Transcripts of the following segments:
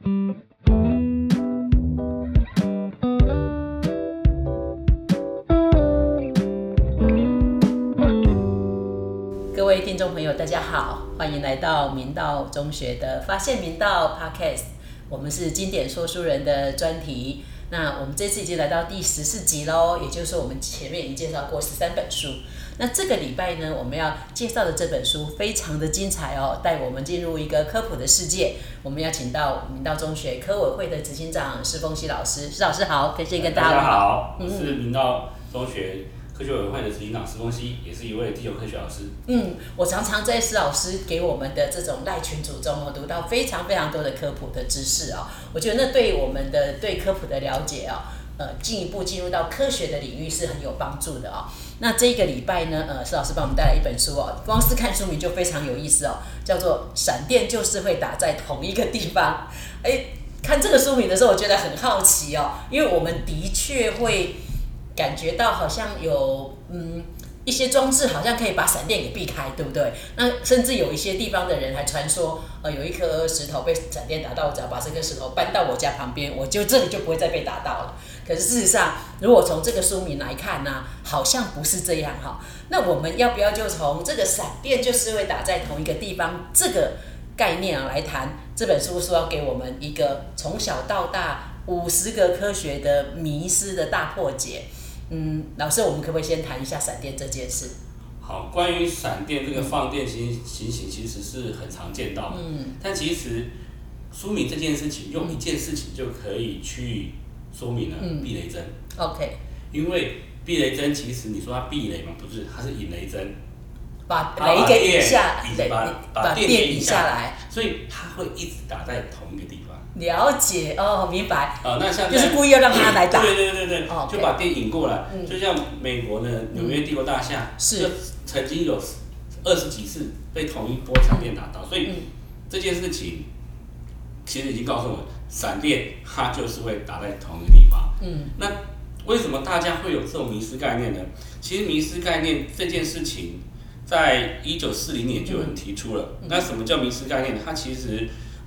各位听众朋友，大家好，欢迎来到明道中学的发现明道 Podcast。我们是经典说书人的专题。那我们这次已经来到第14集喽，也就是说我们前面已经介绍过13本书。那这个礼拜呢，我们要介绍的这本书非常的精彩哦，带我们进入一个科普的世界。我们邀请到明道中学科委会的执行长施丰熙老师，施老师好，可以先跟大家好，我是明道中学科学委员会的执行长施丰熙，也是一位地球科学老师。 我常常在施老师给我们的这种赖群组中读到非常非常多的科普的知识哦，我觉得那对我们的对科普的了解哦，进一步进入到科学的领域是很有帮助的哦。那这个礼拜呢，施老师帮我们带来一本书哦，光是看书名就非常有意思哦，叫做《闪电就是会打在同一个地方》。看这个书名的时候，我觉得很好奇哦，因为我们的确会感觉到好像有一些装置好像可以把闪电给避开，对不对？那甚至有一些地方的人还传说，有一颗石头被闪电打到，我只要把这颗石头搬到我家旁边，这里就不会再被打到了。可是事实上，如果从这个书名来看呢，好像不是这样哈。那我们要不要就从这个闪电就是会打在同一个地方这个概念来谈？这本书说要给我们一个从小到大50个科学的迷思的大破解。老师，我们可不可以先谈一下闪电这件事？ 好，关于闪电这个放电情形，其实是很常见到的。但其实书名这件事情，用一件事情就可以去说明了避雷针。 OK。 因为避雷针其实你说它避雷嘛，不是，它是引雷针， 把雷给引下， 把电引下来， 所以它会一直打在同一个地方。 了解哦，明白。 那像就是故意要让它来打。 对，就把电引过来。就像美国的纽约帝国大厦，就曾经有20几次被同一波闪电打到，所以这件事情其实已经告诉我们，闪电它就是会打在同一个地方。那为什么大家会有这种迷思概念呢？其实迷思概念这件事情，在1940年就有人提出了。那什么叫迷思概念？它其实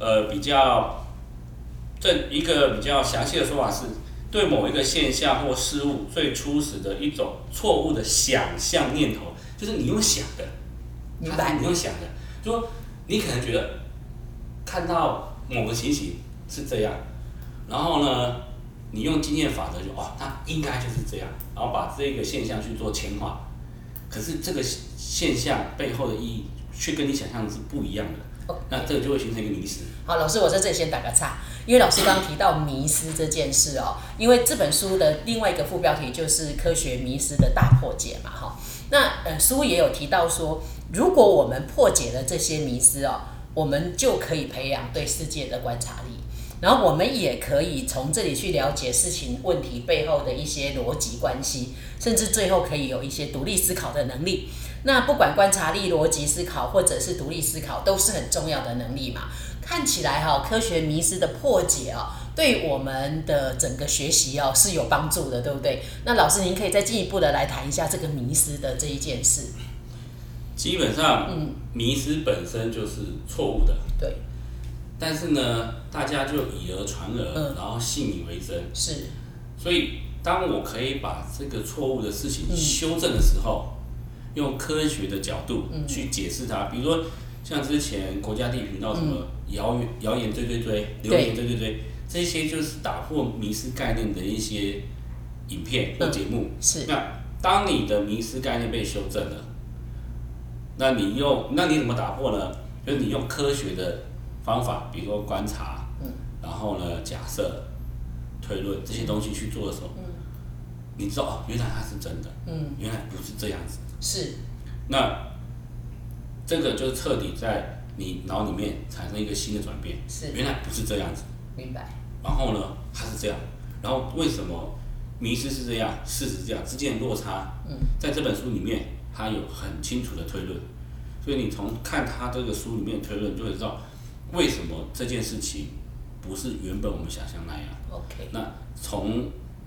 一个比较详细的说法是，对某一个现象或事物最初始的一种错误的想象念头，就是你用想的， 明白？ 你用想的，就说你可能觉得看到某个情形是这样，然后呢，你用经验法则它应该就是这样，然后把这个现象去做铅化，可是这个现象背后的意义却跟你想象的是不一样的。那这个就会形成一个迷思。好， 老师，我在这里先打个岔，因为老师刚刚提到迷思这件事哦，因为这本书的另外一个副标题就是科学迷思的大破解嘛，哈。那书也有提到说，如果我们破解了这些迷思哦，我们就可以培养对世界的观察力，然后我们也可以从这里去了解事情问题背后的一些逻辑关系，甚至最后可以有一些独立思考的能力。那不管观察力、逻辑思考或者是独立思考，都是很重要的能力嘛。看起来科学迷思的破解对我们的整个学习是有帮助的，对不对？那老师，您可以再进一步的来谈一下这个迷思的这一件事。 基本上，迷思本身就是错误的， 对。 但是呢，大家就以讹传讹，然后信以为真。 是。 所以，当我可以把这个错误的事情修正的时候，用科学的角度去解释它，比如说像之前国家地理频道什么谣言追，流言追，这些就是打破迷思概念的一些影片或节目。 是。 那当你的迷思概念被修正了，那你怎么打破呢？就是你用科学的方法，比如说观察，然后呢假设、推论这些东西去做的时候，你知道原来它是真的，原来不是这样子。是。那这个就彻底在你脑里面产生一个新的转变。是。原来不是这样子。 明白。 然后呢，它是这样。然后为什么迷思是这样，事实是这样之间的落差？在这本书里面，它有很清楚的推论。所以你从看它这个书里面的推论，就会知道为什么这件事情不是原本我们想象那样。 OK。 那从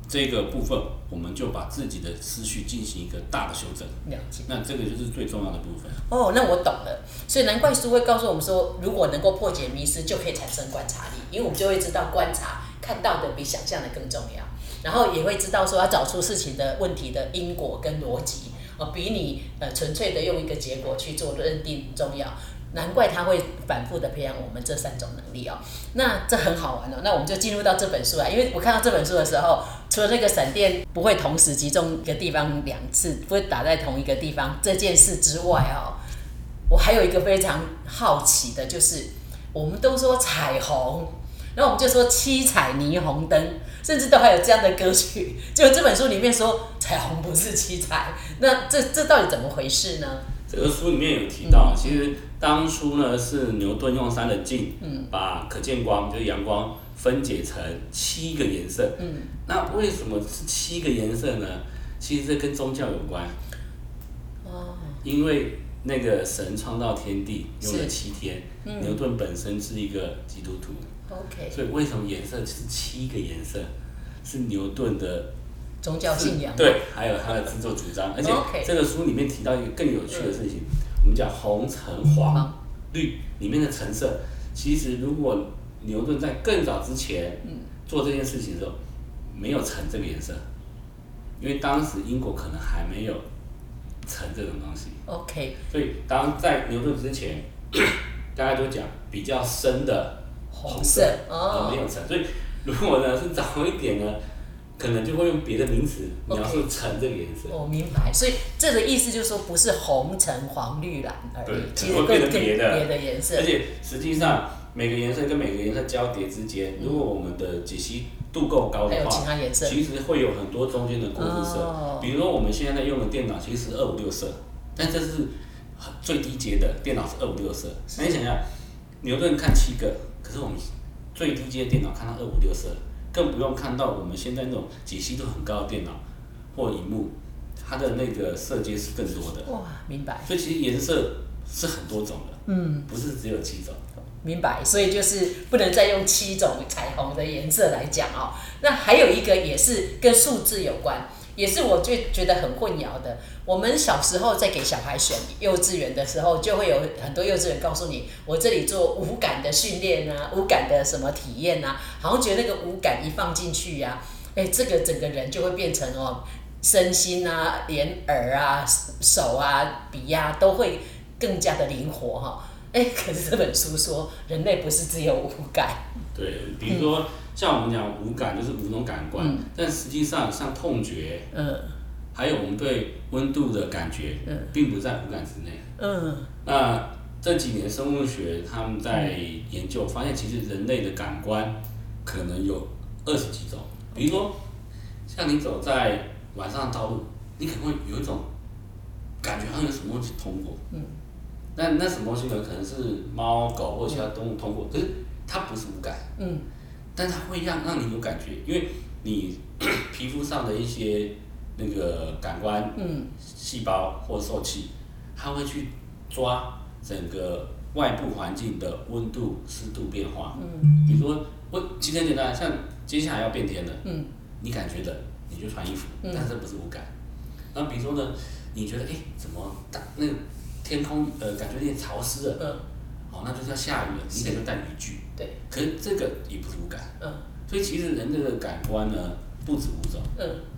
这个部分，我们就把自己的思绪进行一个大的修正。 了解。 那这个就是最重要的部分。 哦，那我懂了。所以难怪书会告诉我们说，如果能够破解迷思，就可以产生观察力，因为我们就会知道观察看到的比想象的更重要，然后也会知道说要找出事情的问题的因果跟逻辑，比你纯粹的用一个结果去做认定重要。难怪他会反复的培养我们这3种能力哦。那这很好玩哦。那我们就进入到这本书啊，因为我看到这本书的时候，除了那个闪电不会同时集中一个地方2次，不会打在同一个地方这件事之外哦，我还有一个非常好奇的，就是我们都说彩虹，然后我们就说七彩霓虹灯，甚至都还有这样的歌曲。结果这本书里面说彩虹不是七彩，那这到底怎么回事呢？ 这个书里面有提到，其实当初呢是牛顿用3的镜，把可见光就是阳光分解成7个颜色。那为什么是7个颜色呢？其实这跟宗教有关。因为那个神创造天地用了7天，牛顿本身是一个基督徒，所以为什么颜色是7个颜色？是牛顿的宗教信仰， 对，还有他的制作主张，而且这个书里面提到一个更有趣的事情，我们讲红、橙、黄、绿里面的橙色，其实如果牛顿在更早之前做这件事情的时候，没有橙这个颜色，因为当时英国可能还没有橙这种东西。所以当在牛顿之前，大家都讲比较深的红色，没有橙，所以如果呢是早一点呢，可能就会用别的名词描述橙这个颜色。 明白。所以这个意思就是说，不是红、橙、黄、绿、蓝而已， 其实会变成别的颜色。 而且实际上，每个颜色跟每个颜色交叠之间，如果我们的解析度够高的话， 还有其他颜色， 其实会有很多中间的过渡色。比如说我们现在在用的电脑其实是256色，但这是最低阶的电脑是256色。那你想想，牛顿看7个，可是我们最低阶的电脑看到256色。更不用看到我们现在那种解析度很高的电脑或萤幕，它的那个色阶是更多的。 明白。 所以其实颜色是很多种的，不是只有7种。 明白。所以就是不能再用7种彩虹的颜色来讲哦。那还有一个也是跟数字有关，也是我就觉得很混淆的。我们小时候在给小孩选幼稚园的时候，就会有很多幼稚园告诉你，我这里做五感的训练啊，五感的什么体验啊，好像觉得那个五感一放进去啊，这个整个人就会变成身心啊，连耳啊、手啊、鼻啊都会更加的灵活哈。可是这本书说人类不是只有五感。 对，比如说像我们讲五感就是5种感官，但实际上像痛觉，还有我们对温度的感觉，并不在五感之内。那这几年生物学他们在研究，发现其实人类的感官可能有20几种。比如说，像你走在晚上的道路，你可能会有一种感觉，好像有什么东西通过。那什么东西呢？可能是猫、狗或其他动物通过，可是它不是五感。但它会让你有感觉，因为你皮肤上的一些那个感官细胞或受器，它会去抓整个外部环境的温度、湿度变化。比如说，其实很简单，像接下来要变天了，你感觉的你就穿衣服，但是这不是五感。然后比如说呢，你觉得怎么那个天空感觉有点潮湿了，那就是要下雨了，你可能就带雨具。 对。 可是这个也不是五感。所以其实人的感官呢不止5种。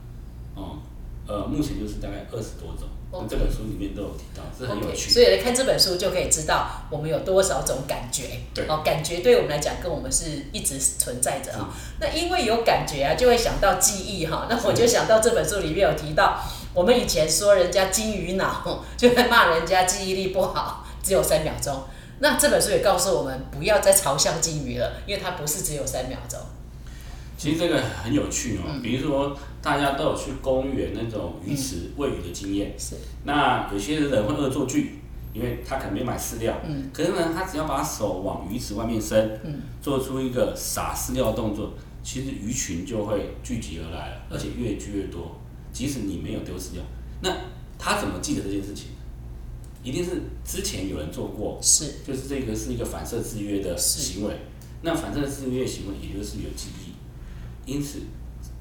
目前就是大概20多种。这本书里面都有提到，这很有趣。 所以来看这本书就可以知道我们有多少种感觉。 对。 感觉对我们来讲跟我们是一直存在着那因为有感觉啊，就会想到记忆那我就想到这本书里面有提到，我们以前说人家金鱼脑，就会骂人家记忆力不好，只有3秒钟。那这本书也告诉我们，不要再嘲笑金鱼了，因为它不是只有3秒钟。 其实这个很有趣比如说大家都有去公园那种鱼池喂鱼的经验。那有些人会恶作剧，因为他可能没买饲料，可是呢，他只要把手往鱼池外面伸，做出一个撒饲料的动作，其实鱼群就会聚集而来了，而且越聚越多。即使你没有丢饲料，那他怎么记得这件事情？一定是之前有人做过，就是这个是一个反射制约的行为。那反射制约行为也就是有记忆，因此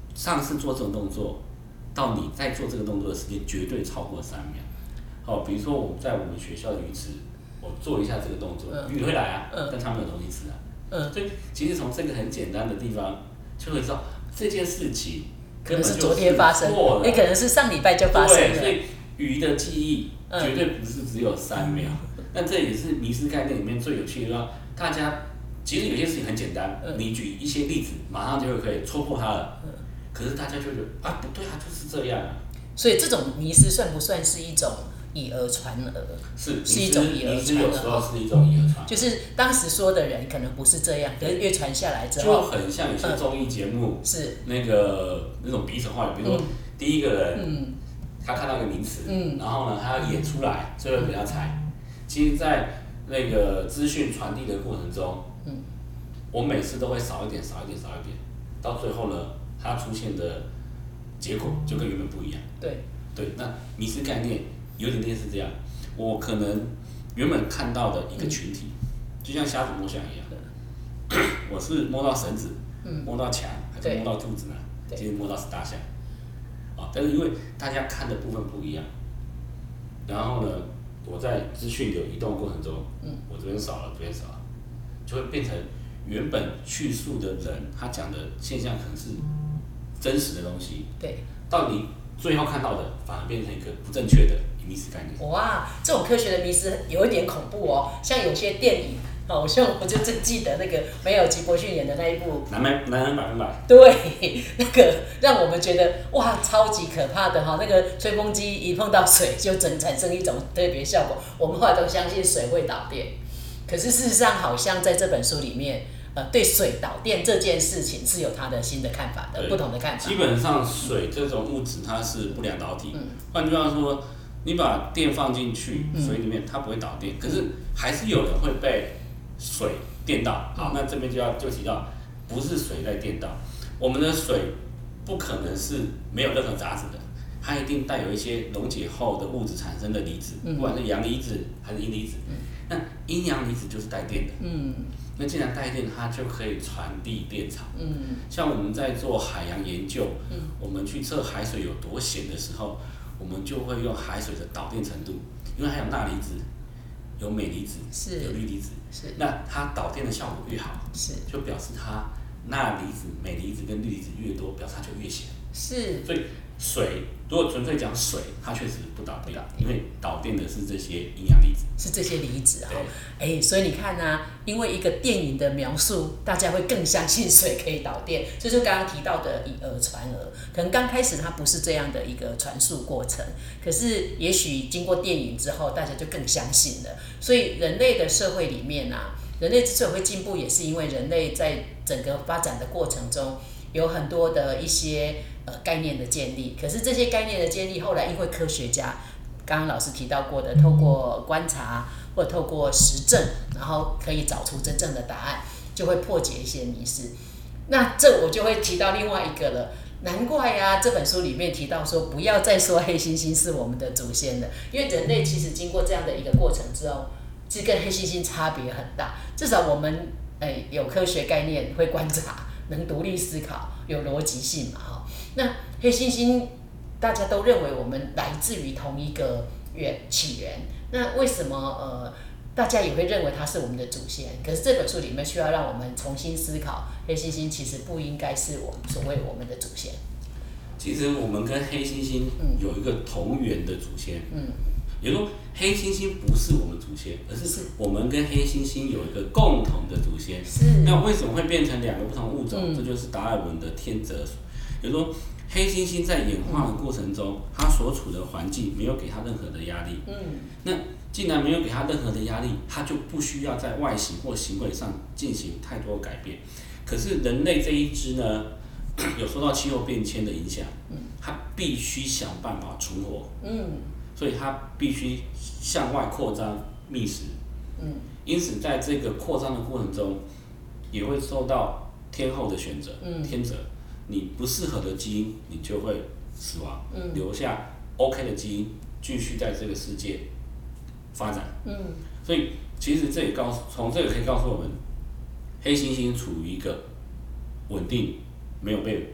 上次做这种动作，到你在做这个动作的时间绝对超过3秒。好，比如说我在我们学校的鱼池，我做一下这个动作，鱼会来啊，但它没有东西吃啊。所以其实从这个很简单的地方就会知道这件事情可能是昨天发生，也可能是上礼拜就发生了。 对，所以鱼的记忆绝对不是只有3秒。那这也是迷思概念里面最有趣的地方。大家其实有些事情很简单，你举一些例子，马上就会可以戳破它了。可是大家就觉得啊，不对啊，就是这样啊。 所以这种迷思算不算是一种以讹传讹？是一种以讹传讹。 有时候是一种以讹传讹。 就是当时说的人可能不是这样，可是越传下来之后， 就很像有些综艺节目，是那种比手画脚，比如说第一个人，他看到一个名词，然后呢，他要演出来，最后给他猜。其实，在那个资讯传递的过程中，我每次都会少一点，到最后呢，它出现的结果就跟原本不一样。对，那迷思概念有点类似这样。我可能原本看到的一个群体，就像瞎子摸象一样，我是摸到绳子，摸到墙，还是摸到柱子呢？其实摸到是大象。但是因为大家看的部分不一样，然后呢，我在资讯流移动的过程中，我这边少了，就会变成原本叙述的人他讲的现象可能是真实的东西，到你最后看到的反而变成一个不正确的迷思概念。 哇，这种科学的迷思有一点恐怖哦，像有些电影。我就记得那个梅尔吉伯逊演的那一部男人100%。 对，那个让我们觉得哇，超级可怕的哈！那个吹风机一碰到水就产生一种特别效果，我们后来都相信水会导电。可是事实上，好像在这本书里面，对水导电这件事情是有他的新的看法的，不同的看法。 基本上水这种物质它是不良导体，换句话说，你把电放进去水里面，它不会导电，可是还是有人会被水电到。好，那这边就提到，不是水在电到，我们的水不可能是没有任何杂质的，它一定带有一些溶解后的物质产生的离子，不管是阳离子还是阴离子。那阴阳离子就是带电的。那既然带电，它就可以传递电场。像我们在做海洋研究，我们去测海水有多咸的时候，我们就会用海水的导电程度，因为还有钠离子、有镁离子、有氯离子，那它导电的效果越好，就表示它钠离子、镁离子跟氯离子越多，表示它就越咸。所以水如果纯粹讲水，它确实不导电，因为导电的是这些阴阳离子， 是这些离子啊。所以你看啊，因为一个电影的描述，大家会更相信水可以导电，这就是刚刚提到的以讹传讹。可能刚开始它不是这样的一个传输过程，可是也许经过电影之后，大家就更相信了。所以人类的社会里面啊，人类之所以会进步，也是因为人类在整个发展的过程中，有很多的一些概念的建立。可是这些概念的建立，后来因为科学家，刚刚老师提到过的，透过观察或透过实证，然后可以找出真正的答案，就会破解一些迷思。那这我就会提到另外一个了。难怪啊，这本书里面提到说，不要再说黑猩猩是我们的祖先了，因为人类其实经过这样的一个过程之后，其实跟黑猩猩差别很大。至少我们有科学概念，会观察，能独立思考，有逻辑性嘛。那黑猩猩大家都认为我们来自于同一个起源，那为什么大家也会认为它是我们的祖先？可是这本书里面需要让我们重新思考，黑猩猩其实不应该是我们所谓我们的祖先。 其实我们跟黑猩猩有一个同源的祖先。也就是说，黑猩猩不是我们祖先，而是我们跟黑猩猩有一个共同的祖先。那为什么会变成2个不同物种？这就是达尔文的天择。也就是说，黑猩猩在演化的过程中，它所处的环境没有给它任何的压力。那既然没有给它任何的压力，它就不需要在外形或行为上进行太多改变。可是人类这一支呢，有受到气候变迁的影响，它必须想办法存活。所以它必须向外扩张觅食。因此在这个扩张的过程中，也会受到天候的选择，天择。你不适合的基因，你就会死亡，留下 OK 的基因，继续在这个世界发展。所以其实这也从这个可以告诉我们，黑猩猩处于一个稳定、没有被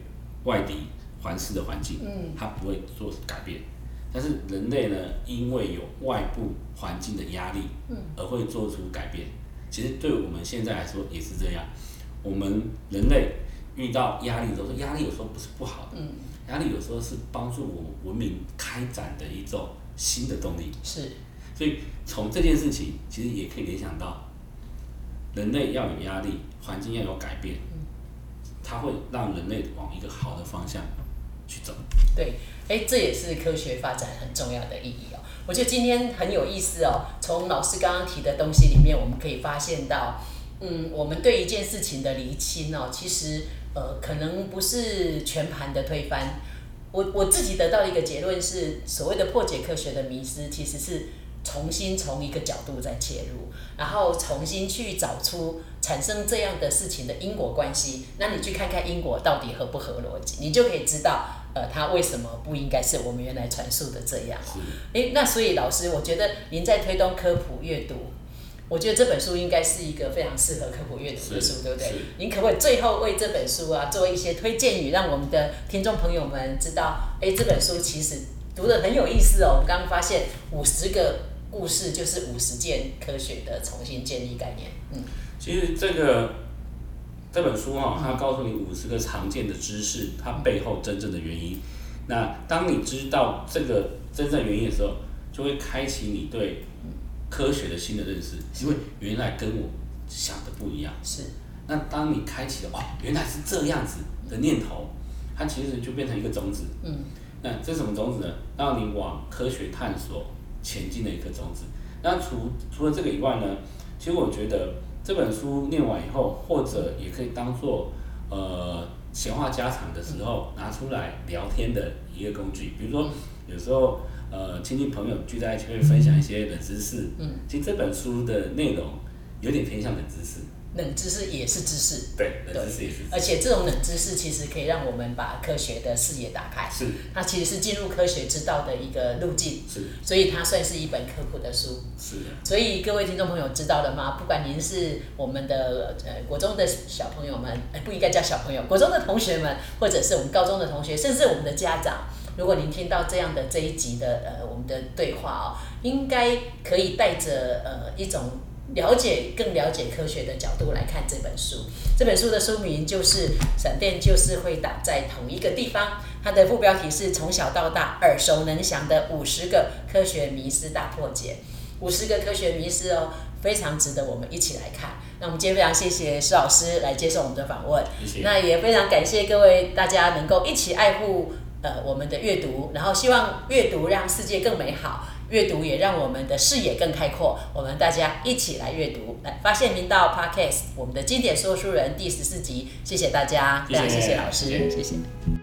外敌环视的环境，它不会做改变。但是人类呢，因为有外部环境的压力，而会做出改变。其实对我们现在来说也是这样。我们人类遇到压力的时候，压力有时候不是不好的，压力有时候是帮助我们文明开展的一种新的动力。 是。 所以从这件事情，其实也可以联想到，人类要有压力，环境要有改变，它会让人类往一个好的方向去走。 对，这也是科学发展很重要的意义哦。我觉得今天很有意思哦，从老师刚刚提的东西里面，我们可以发现到，我们对一件事情的厘清哦，其实可能不是全盘的推翻。我自己得到的一个结论是，所谓的破解科学的迷思，其实是重新从一个角度再切入，然后重新去找出产生这样的事情的因果关系。那你去看看因果到底合不合逻辑，你就可以知道，它为什么不应该是我们原来传述的这样。那所以老师，我觉得您在推动科普阅读，我觉得这本书应该是一个非常适合科普阅读的书，对不对？您可不可以最后为这本书做一些推荐语，让我们的听众朋友们知道，这本书其实读得很有意思哦。我们刚刚发现50个故事就是50件科学的重新建立概念。 其实这本书它告诉你50个常见的知识，它背后真正的原因。那当你知道这个真正原因的时候，就会开启你对科学的新的认识，因为原来跟我想的不一样。 是。 那当你开启了原来是这样子的念头，它其实就变成一个种子。那这是什么种子呢？让你往科学探索前进的一颗种子。那除了这个以外呢，其实我觉得这本书念完以后，或者也可以当做闲话家常的时候拿出来聊天的一个工具。比如说有时候亲戚朋友聚在一起会分享一些冷知识，其实这本书的内容有点偏向冷知识。 冷知识也是知识， 对，冷知识也是知识。 而且这种冷知识其实可以让我们把科学的视野打开， 是， 它其实是进入科学之道的一个路径， 是， 所以它算是一本科普的书， 是的。 所以各位听众朋友知道了吗？不管您是我们的国中的小朋友们，不应该叫小朋友，国中的同学们，或者是我们高中的同学，甚至我们的家长，如果您听到这样的这一集的我们的对话应该可以带着一种更了解科学的角度来看这本书。这本书的书名就是《闪电就是会打在同一个地方》，它的副标题是从小到大耳熟能详的50个科学迷思大破解。50个科学迷思非常值得我们一起来看。那我们今天非常谢谢施老师来接受我们的访问， 谢谢。 那也非常感谢各位大家能够一起爱护我们的阅读，然后希望阅读让世界更美好，阅读也让我们的视野更开阔。我们大家一起来阅读，来发现频道 Podcast 我们的经典说书人第14集，谢谢大家，非常谢谢老师，谢谢。